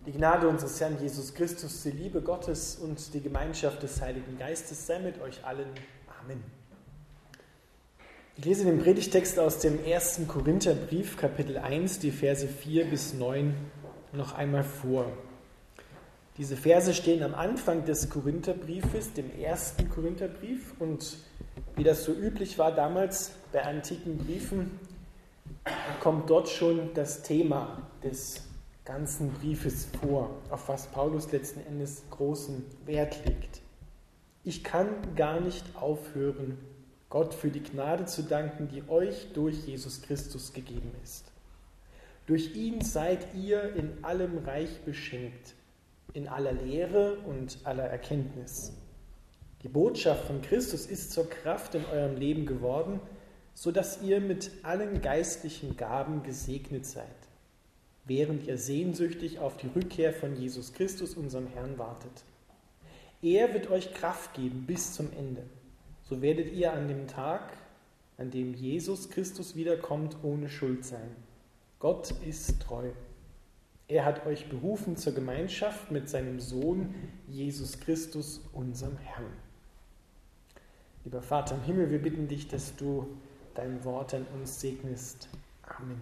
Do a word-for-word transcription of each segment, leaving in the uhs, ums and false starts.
Die Gnade unseres Herrn Jesus Christus, die Liebe Gottes und die Gemeinschaft des Heiligen Geistes sei mit euch allen. Amen. Ich lese den Predigtext aus dem ersten Korintherbrief, Kapitel eins, die Verse vier bis neun noch einmal vor. Diese Verse stehen am Anfang des Korintherbriefes, dem ersten Korintherbrief, und wie das so üblich war damals bei antiken Briefen, kommt dort schon das Thema des ganzen Briefes vor, auf was Paulus letzten Endes großen Wert legt. Ich kann gar nicht aufhören, Gott für die Gnade zu danken, die euch durch Jesus Christus gegeben ist. Durch ihn seid ihr in allem reich beschenkt, in aller Lehre und aller Erkenntnis. Die Botschaft von Christus ist zur Kraft in eurem Leben geworden, sodass ihr mit allen geistlichen Gaben gesegnet seid, während ihr sehnsüchtig auf die Rückkehr von Jesus Christus, unserem Herrn, wartet. Er wird euch Kraft geben bis zum Ende. So werdet ihr an dem Tag, an dem Jesus Christus wiederkommt, ohne Schuld sein. Gott ist treu. Er hat euch berufen zur Gemeinschaft mit seinem Sohn Jesus Christus, unserem Herrn. Lieber Vater im Himmel, wir bitten dich, dass du dein Wort an uns segnest. Amen.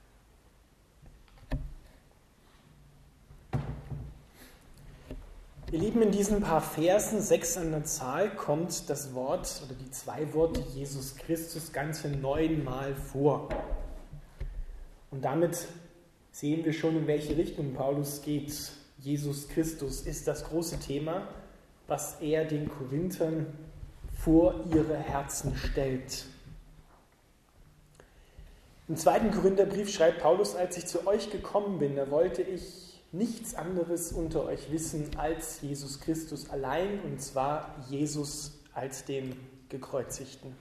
Ihr Lieben, in diesen paar Versen, sechs an der Zahl, kommt das Wort oder die zwei Worte Jesus Christus ganze neunmal vor. Und damit sehen wir schon, in welche Richtung Paulus geht. Jesus Christus ist das große Thema, was er den Korinthern vor ihre Herzen stellt. Im zweiten Korintherbrief schreibt Paulus: Als ich zu euch gekommen bin, da wollte ich nichts anderes unter euch wissen als Jesus Christus allein, und zwar Jesus als den Gekreuzigten.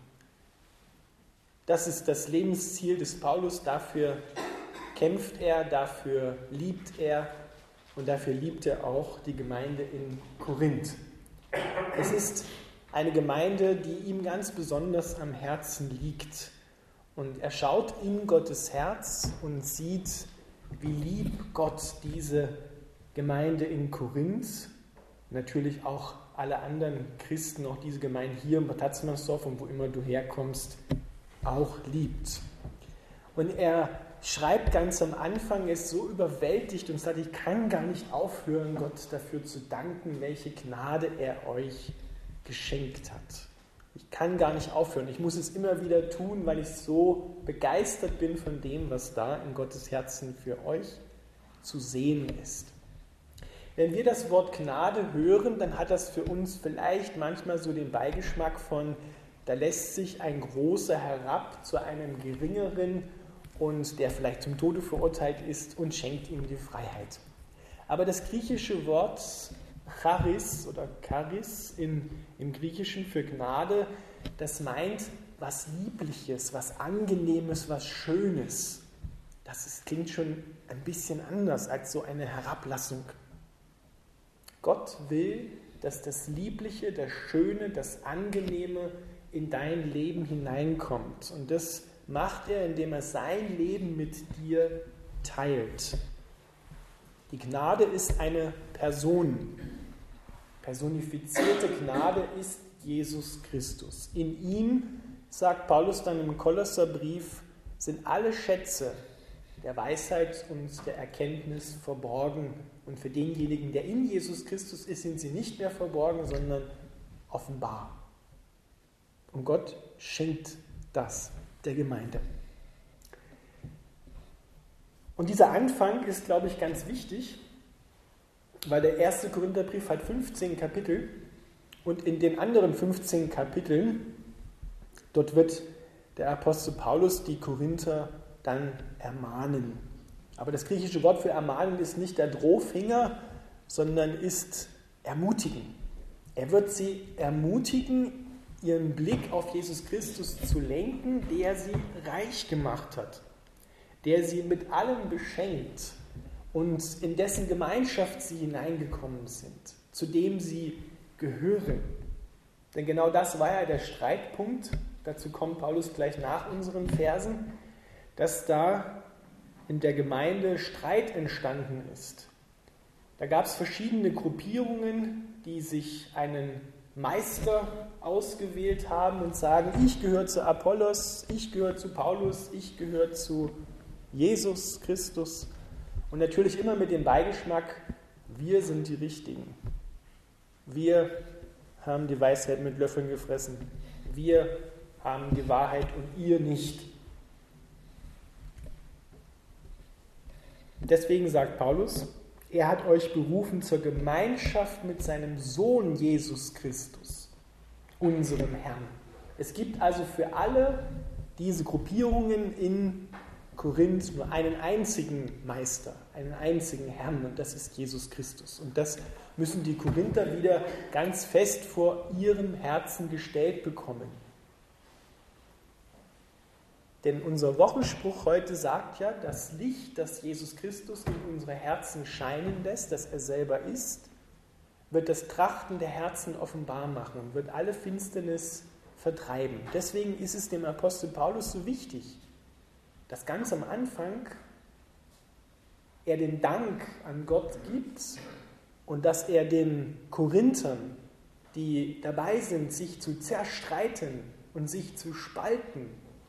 Das ist das Lebensziel des Paulus, dafür kämpft er, dafür liebt er und dafür liebt er auch die Gemeinde in Korinth. Es ist eine Gemeinde, die ihm ganz besonders am Herzen liegt, und er schaut in Gottes Herz und sieht, wie lieb Gott diese Gemeinde in Korinth, natürlich auch alle anderen Christen, auch diese Gemeinde hier in Bad Tatzmannsdorf und wo immer du herkommst, auch liebt. Und er schreibt ganz am Anfang, er ist so überwältigt und sagt, ich kann gar nicht aufhören, Gott dafür zu danken, welche Gnade er euch geschenkt hat. Ich kann gar nicht aufhören. Ich muss es immer wieder tun, weil ich so begeistert bin von dem, was da in Gottes Herzen für euch zu sehen ist. Wenn wir das Wort Gnade hören, dann hat das für uns vielleicht manchmal so den Beigeschmack von, da lässt sich ein Großer herab zu einem Geringeren und der vielleicht zum Tode verurteilt ist und schenkt ihm die Freiheit. Aber das griechische Wort Charis oder Charis in, im Griechischen für Gnade, das meint was Liebliches, was Angenehmes, was Schönes. Das ist, klingt schon ein bisschen anders als so eine Herablassung. Gott will, dass das Liebliche, das Schöne, das Angenehme in dein Leben hineinkommt. Und das macht er, indem er sein Leben mit dir teilt. Die Gnade ist eine Person. Personifizierte Gnade ist Jesus Christus. In ihm, sagt Paulus dann im Kolosserbrief, sind alle Schätze der Weisheit und der Erkenntnis verborgen. Und für denjenigen, der in Jesus Christus ist, sind sie nicht mehr verborgen, sondern offenbar. Und Gott schenkt das der Gemeinde. Und dieser Anfang ist, glaube ich, ganz wichtig, weil der erste Korintherbrief hat fünfzehn Kapitel und in den anderen fünfzehn Kapiteln, dort wird der Apostel Paulus die Korinther dann ermahnen. Aber das griechische Wort für ermahnen ist nicht der Drohfinger, sondern ist ermutigen. Er wird sie ermutigen, ihren Blick auf Jesus Christus zu lenken, der sie reich gemacht hat, der sie mit allem beschenkt und in dessen Gemeinschaft sie hineingekommen sind, zu dem sie gehören. Denn genau das war ja der Streitpunkt, dazu kommt Paulus gleich nach unseren Versen, dass da in der Gemeinde Streit entstanden ist. Da gab es verschiedene Gruppierungen, die sich einen Meister ausgewählt haben und sagen, ich gehöre zu Apollos, ich gehöre zu Paulus, ich gehöre zu Jesus Christus. Und natürlich immer mit dem Beigeschmack, wir sind die Richtigen. Wir haben die Weisheit mit Löffeln gefressen. Wir haben die Wahrheit und ihr nicht. Und deswegen sagt Paulus, er hat euch berufen zur Gemeinschaft mit seinem Sohn Jesus Christus, unserem Herrn. Es gibt also für alle diese Gruppierungen in Korinth nur einen einzigen Meister, einen einzigen Herrn, und das ist Jesus Christus. Und das müssen die Korinther wieder ganz fest vor ihrem Herzen gestellt bekommen. Denn unser Wochenspruch heute sagt ja, das Licht, das Jesus Christus in unsere Herzen scheinen lässt, das er selber ist, wird das Trachten der Herzen offenbar machen und wird alle Finsternis vertreiben. Deswegen ist es dem Apostel Paulus so wichtig, dass ganz am Anfang er den Dank an Gott gibt und dass er den Korinthern, die dabei sind, sich zu zerstreiten und sich zu spalten,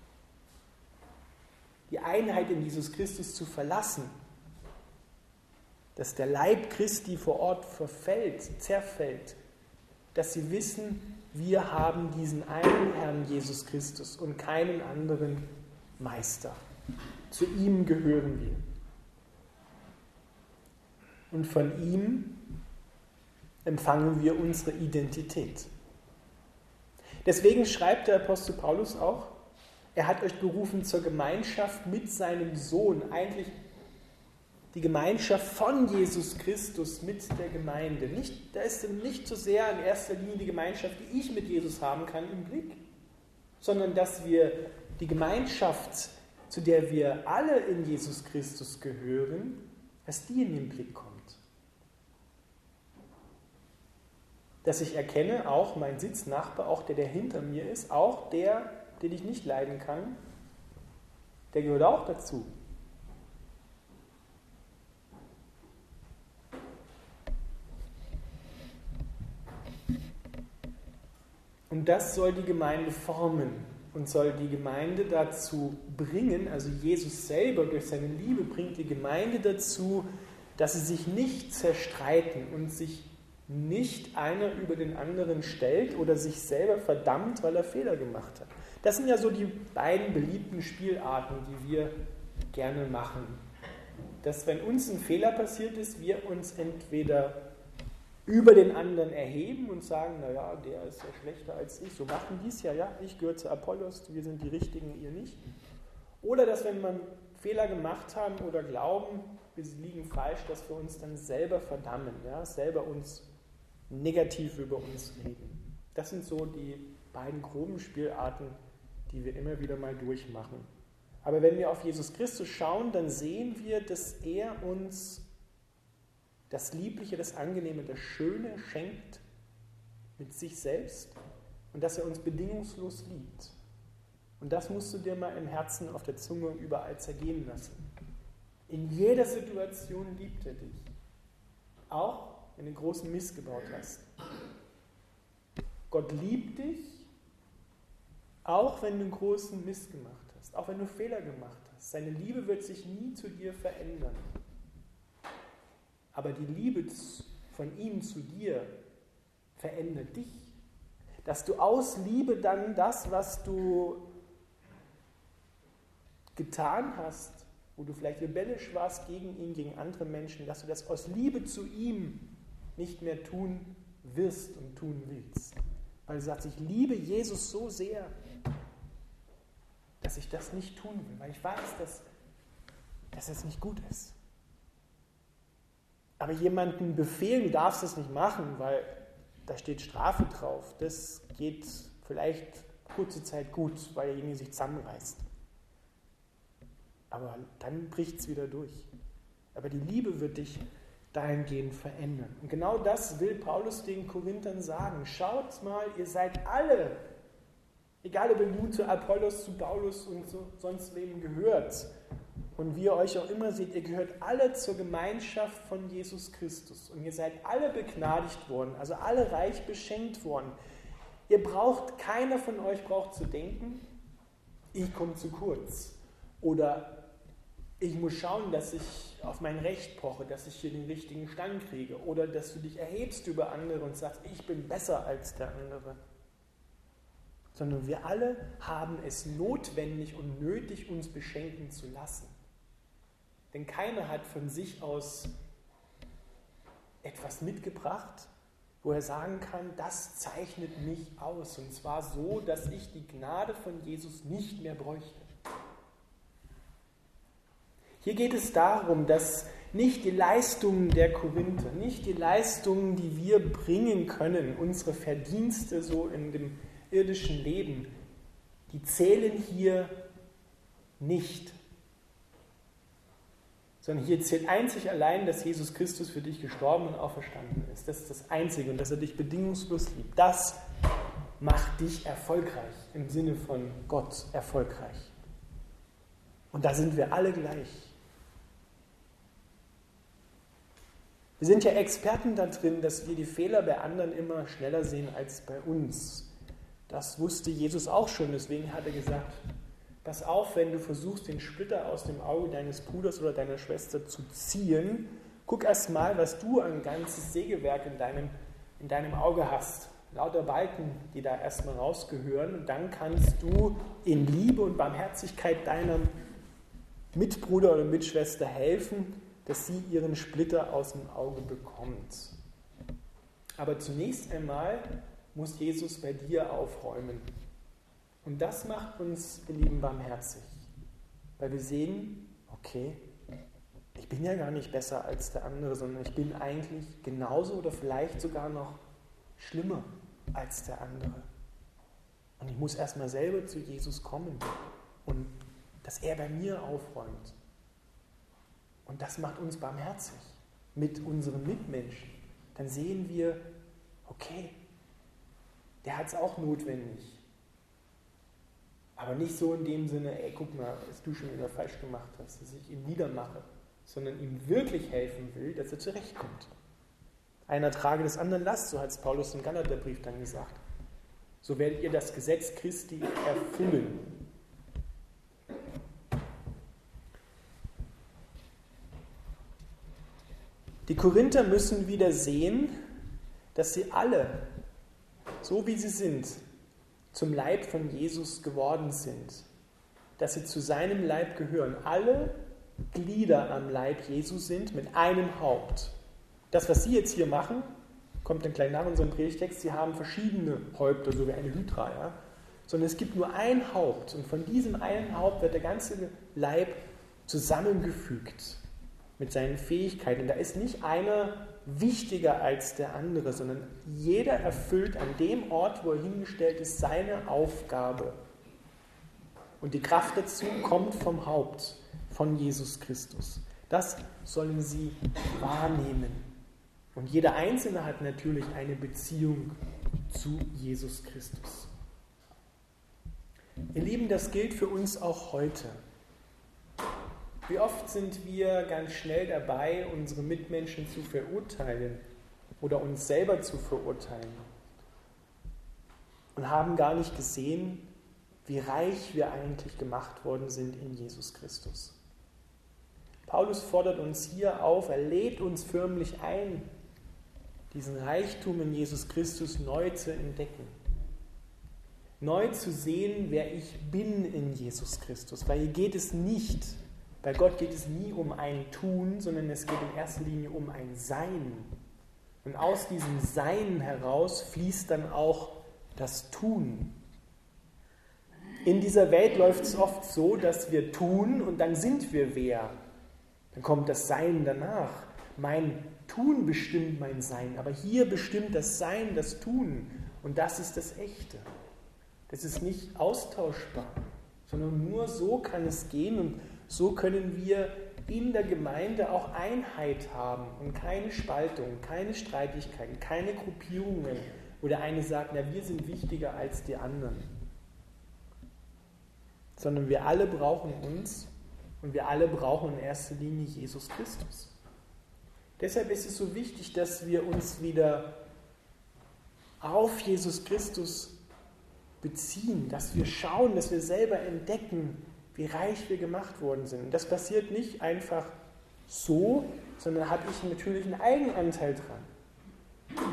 die Einheit in Jesus Christus zu verlassen, dass der Leib Christi vor Ort verfällt, zerfällt, dass sie wissen, wir haben diesen einen Herrn Jesus Christus und keinen anderen Meister. Zu ihm gehören wir. Und von ihm empfangen wir unsere Identität. Deswegen schreibt der Apostel Paulus auch, er hat euch berufen zur Gemeinschaft mit seinem Sohn, eigentlich die Gemeinschaft von Jesus Christus mit der Gemeinde. Nicht, da ist nicht so sehr in erster Linie die Gemeinschaft, die ich mit Jesus haben kann, im Blick, sondern dass wir die Gemeinschaft, zu der wir alle in Jesus Christus gehören, dass die in den Blick kommt. Dass ich erkenne, auch mein Sitznachbar, auch der, der hinter mir ist, auch der, den ich nicht leiden kann, der gehört auch dazu. Und das soll die Gemeinde formen und soll die Gemeinde dazu bringen, also Jesus selber durch seine Liebe bringt die Gemeinde dazu, dass sie sich nicht zerstreiten und sich nicht einer über den anderen stellt oder sich selber verdammt, weil er Fehler gemacht hat. Das sind ja so die beiden beliebten Spielarten, die wir gerne machen. Dass, wenn uns ein Fehler passiert ist, wir uns entweder über den anderen erheben und sagen, naja, der ist ja schlechter als ich, so machen die es ja, ja, ich gehöre zu Apollos, wir sind die Richtigen, ihr nicht. Oder dass, wenn wir Fehler gemacht haben oder glauben, wir liegen falsch, dass wir uns dann selber verdammen, ja, selber uns negativ über uns reden. Das sind so die beiden groben Spielarten, die wir immer wieder mal durchmachen. Aber wenn wir auf Jesus Christus schauen, dann sehen wir, dass er uns das Liebliche, das Angenehme, das Schöne schenkt mit sich selbst und dass er uns bedingungslos liebt. Und das musst du dir mal im Herzen, auf der Zunge überall zergehen lassen. In jeder Situation liebt er dich. Auch wenn du einen großen Mist gebaut hast. Gott liebt dich, auch wenn du einen großen Mist gemacht hast, auch wenn du Fehler gemacht hast. Seine Liebe wird sich nie zu dir verändern. Aber die Liebe von ihm zu dir verändert dich. Dass du aus Liebe dann das, was du getan hast, wo du vielleicht rebellisch warst gegen ihn, gegen andere Menschen, dass du das aus Liebe zu ihm nicht mehr tun wirst und tun willst. Weil du sagst, ich liebe Jesus so sehr, dass ich das nicht tun will, weil ich weiß, dass, dass es nicht gut ist. Aber jemandem befehlen, du darfst es nicht machen, weil da steht Strafe drauf. Das geht vielleicht kurze Zeit gut, weil derjenige sich zusammenreißt. Aber dann bricht es wieder durch. Aber die Liebe wird dich dahingehend verändern. Und genau das will Paulus den Korinthern sagen. Schaut mal, ihr seid alle, egal ob ihr nun zu Apollos, zu Paulus und so, sonst wem gehört, und wie ihr euch auch immer seht, ihr gehört alle zur Gemeinschaft von Jesus Christus. Und ihr seid alle begnadigt worden, also alle reich beschenkt worden. Ihr braucht, keiner von euch braucht zu denken, ich komme zu kurz. Oder ich muss schauen, dass ich auf mein Recht poche, dass ich hier den richtigen Stand kriege. Oder dass du dich erhebst über andere und sagst, ich bin besser als der andere. Sondern wir alle haben es notwendig und nötig, uns beschenken zu lassen. Denn keiner hat von sich aus etwas mitgebracht, wo er sagen kann, das zeichnet mich aus. Und zwar so, dass ich die Gnade von Jesus nicht mehr bräuchte. Hier geht es darum, dass nicht die Leistungen der Korinther, nicht die Leistungen, die wir bringen können, unsere Verdienste so in dem irdischen Leben, die zählen hier nicht. Sondern hier zählt einzig allein, dass Jesus Christus für dich gestorben und auferstanden ist. Das ist das Einzige und dass er dich bedingungslos liebt. Das macht dich erfolgreich, im Sinne von Gott erfolgreich. Und da sind wir alle gleich. Wir sind ja Experten da drin, dass wir die Fehler bei anderen immer schneller sehen als bei uns. Das wusste Jesus auch schon, deswegen hat er gesagt, pass auf, wenn du versuchst, den Splitter aus dem Auge deines Bruders oder deiner Schwester zu ziehen, guck erst mal, was du ein ganzes Sägewerk in deinem, in deinem Auge hast. Lauter Balken, die da erstmal rausgehören. Und dann kannst du in Liebe und Barmherzigkeit deinem Mitbruder oder Mitschwester helfen, dass sie ihren Splitter aus dem Auge bekommt. Aber zunächst einmal muss Jesus bei dir aufräumen. Und das macht uns, ihr Lieben, barmherzig. Weil wir sehen, okay, ich bin ja gar nicht besser als der andere, sondern ich bin eigentlich genauso oder vielleicht sogar noch schlimmer als der andere. Und ich muss erstmal selber zu Jesus kommen und dass er bei mir aufräumt. Und das macht uns barmherzig mit unseren Mitmenschen. Dann sehen wir, okay, der hat es auch notwendig. Aber nicht so in dem Sinne, ey, guck mal, was du schon wieder falsch gemacht hast, dass ich ihm niedermache, sondern ihm wirklich helfen will, dass er zurechtkommt. Einer trage des anderen Last, so hat es Paulus im Galaterbrief dann gesagt. So werdet ihr das Gesetz Christi erfüllen. Die Korinther müssen wieder sehen, dass sie alle, so wie sie sind, zum Leib von Jesus geworden sind, dass sie zu seinem Leib gehören. Alle Glieder am Leib Jesu sind mit einem Haupt. Das, was sie jetzt hier machen, kommt dann gleich nach unserem Predigtext, sie haben verschiedene Häupter, so wie eine Hydra, ja? Sondern es gibt nur ein Haupt und von diesem einen Haupt wird der ganze Leib zusammengefügt mit seinen Fähigkeiten. Da ist nicht einer wichtiger als der andere, sondern jeder erfüllt an dem Ort, wo er hingestellt ist, seine Aufgabe. Und die Kraft dazu kommt vom Haupt, von Jesus Christus. Das sollen sie wahrnehmen. Und jeder Einzelne hat natürlich eine Beziehung zu Jesus Christus. Ihr Lieben, das gilt für uns auch heute. Wie oft sind wir ganz schnell dabei, unsere Mitmenschen zu verurteilen oder uns selber zu verurteilen und haben gar nicht gesehen, wie reich wir eigentlich gemacht worden sind in Jesus Christus. Paulus fordert uns hier auf, er lädt uns förmlich ein, diesen Reichtum in Jesus Christus neu zu entdecken. Neu zu sehen, wer ich bin in Jesus Christus. Weil hier geht es nicht, bei Gott geht es nie um ein Tun, sondern es geht in erster Linie um ein Sein. Und aus diesem Sein heraus fließt dann auch das Tun. In dieser Welt läuft es oft so, dass wir tun und dann sind wir wer. Dann kommt das Sein danach. Mein Tun bestimmt mein Sein, aber hier bestimmt das Sein das Tun. Und das ist das Echte. Das ist nicht austauschbar, sondern nur so kann es gehen und so können wir in der Gemeinde auch Einheit haben und keine Spaltung, keine Streitigkeiten, keine Gruppierungen, wo der eine sagt, na, wir sind wichtiger als die anderen. Sondern wir alle brauchen uns Und wir alle brauchen in erster Linie Jesus Christus. Deshalb ist es so wichtig, dass wir uns wieder auf Jesus Christus beziehen, dass wir schauen, dass wir selber entdecken, wie reich wir gemacht worden sind. Und das passiert nicht einfach so, sondern habe ich natürlich einen Eigenanteil dran.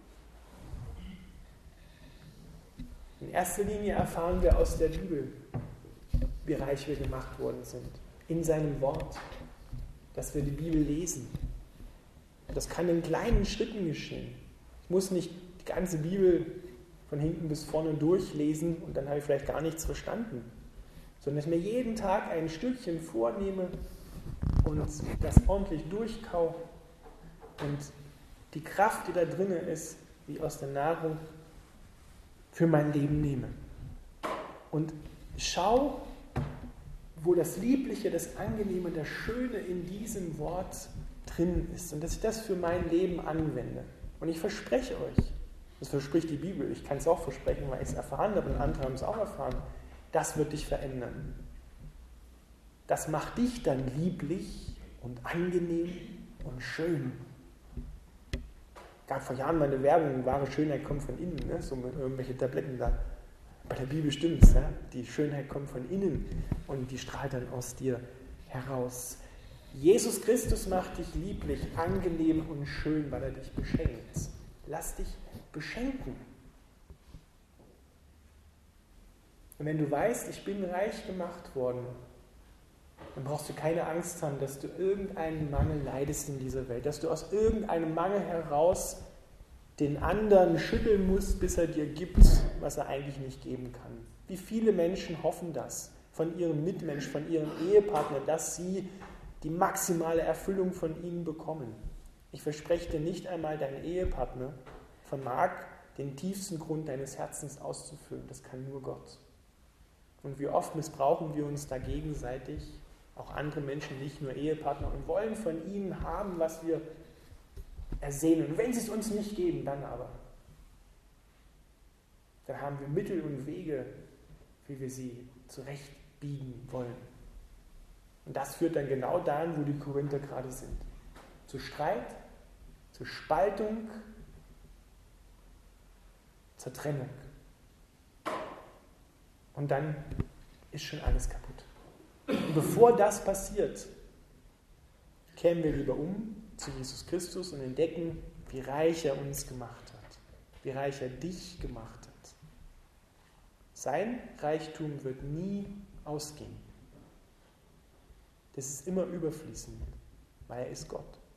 In erster Linie erfahren wir aus der Bibel, wie reich wir gemacht worden sind. In seinem Wort, dass wir die Bibel lesen. Das kann in kleinen Schritten geschehen. Ich muss nicht die ganze Bibel von hinten bis vorne durchlesen und dann habe ich vielleicht gar nichts verstanden. Sondern dass ich mir jeden Tag ein Stückchen vornehme und das ordentlich durchkau und die Kraft, die da drin ist, wie aus der Nahrung, für mein Leben nehme. Und schau, wo das Liebliche, das Angenehme, das Schöne in diesem Wort drin ist und dass ich das für mein Leben anwende. Und ich verspreche euch, das verspricht die Bibel, ich kann es auch versprechen, weil ich es erfahren habe und andere haben es auch erfahren, das wird dich verändern. Das macht dich dann lieblich und angenehm und schön. Gab vor Jahren mal eine Werbung, wahre Schönheit kommt von innen, ne? So mit irgendwelchen Tabletten da. Bei der Bibel stimmt es, ja? Die Schönheit kommt von innen und die strahlt dann aus dir heraus. Jesus Christus macht dich lieblich, angenehm und schön, weil er dich beschenkt. Lass dich beschenken. Und wenn du weißt, ich bin reich gemacht worden, dann brauchst du keine Angst haben, dass du irgendeinen Mangel leidest in dieser Welt, dass du aus irgendeinem Mangel heraus den anderen schütteln musst, bis er dir gibt, was er eigentlich nicht geben kann. Wie viele Menschen hoffen das von ihrem Mitmenschen, von ihrem Ehepartner, dass sie die maximale Erfüllung von ihnen bekommen. Ich verspreche dir, nicht einmal dein Ehepartner vermag den tiefsten Grund deines Herzens auszufüllen. Das kann nur Gott. Und wie oft missbrauchen wir uns da gegenseitig, auch andere Menschen, nicht nur Ehepartner, und wollen von ihnen haben, was wir ersehnen. Und wenn sie es uns nicht geben, dann aber. Dann haben wir Mittel und Wege, wie wir sie zurechtbiegen wollen. Und das führt dann genau dahin, wo die Korinther gerade sind. Zu Streit, zur Spaltung, zur Trennung. Und dann ist schon alles kaputt. Und bevor das passiert, kehren wir lieber um zu Jesus Christus und entdecken, wie reich er uns gemacht hat, wie reich er dich gemacht hat. Sein Reichtum wird nie ausgehen. Das ist immer überfließend, weil er ist Gott.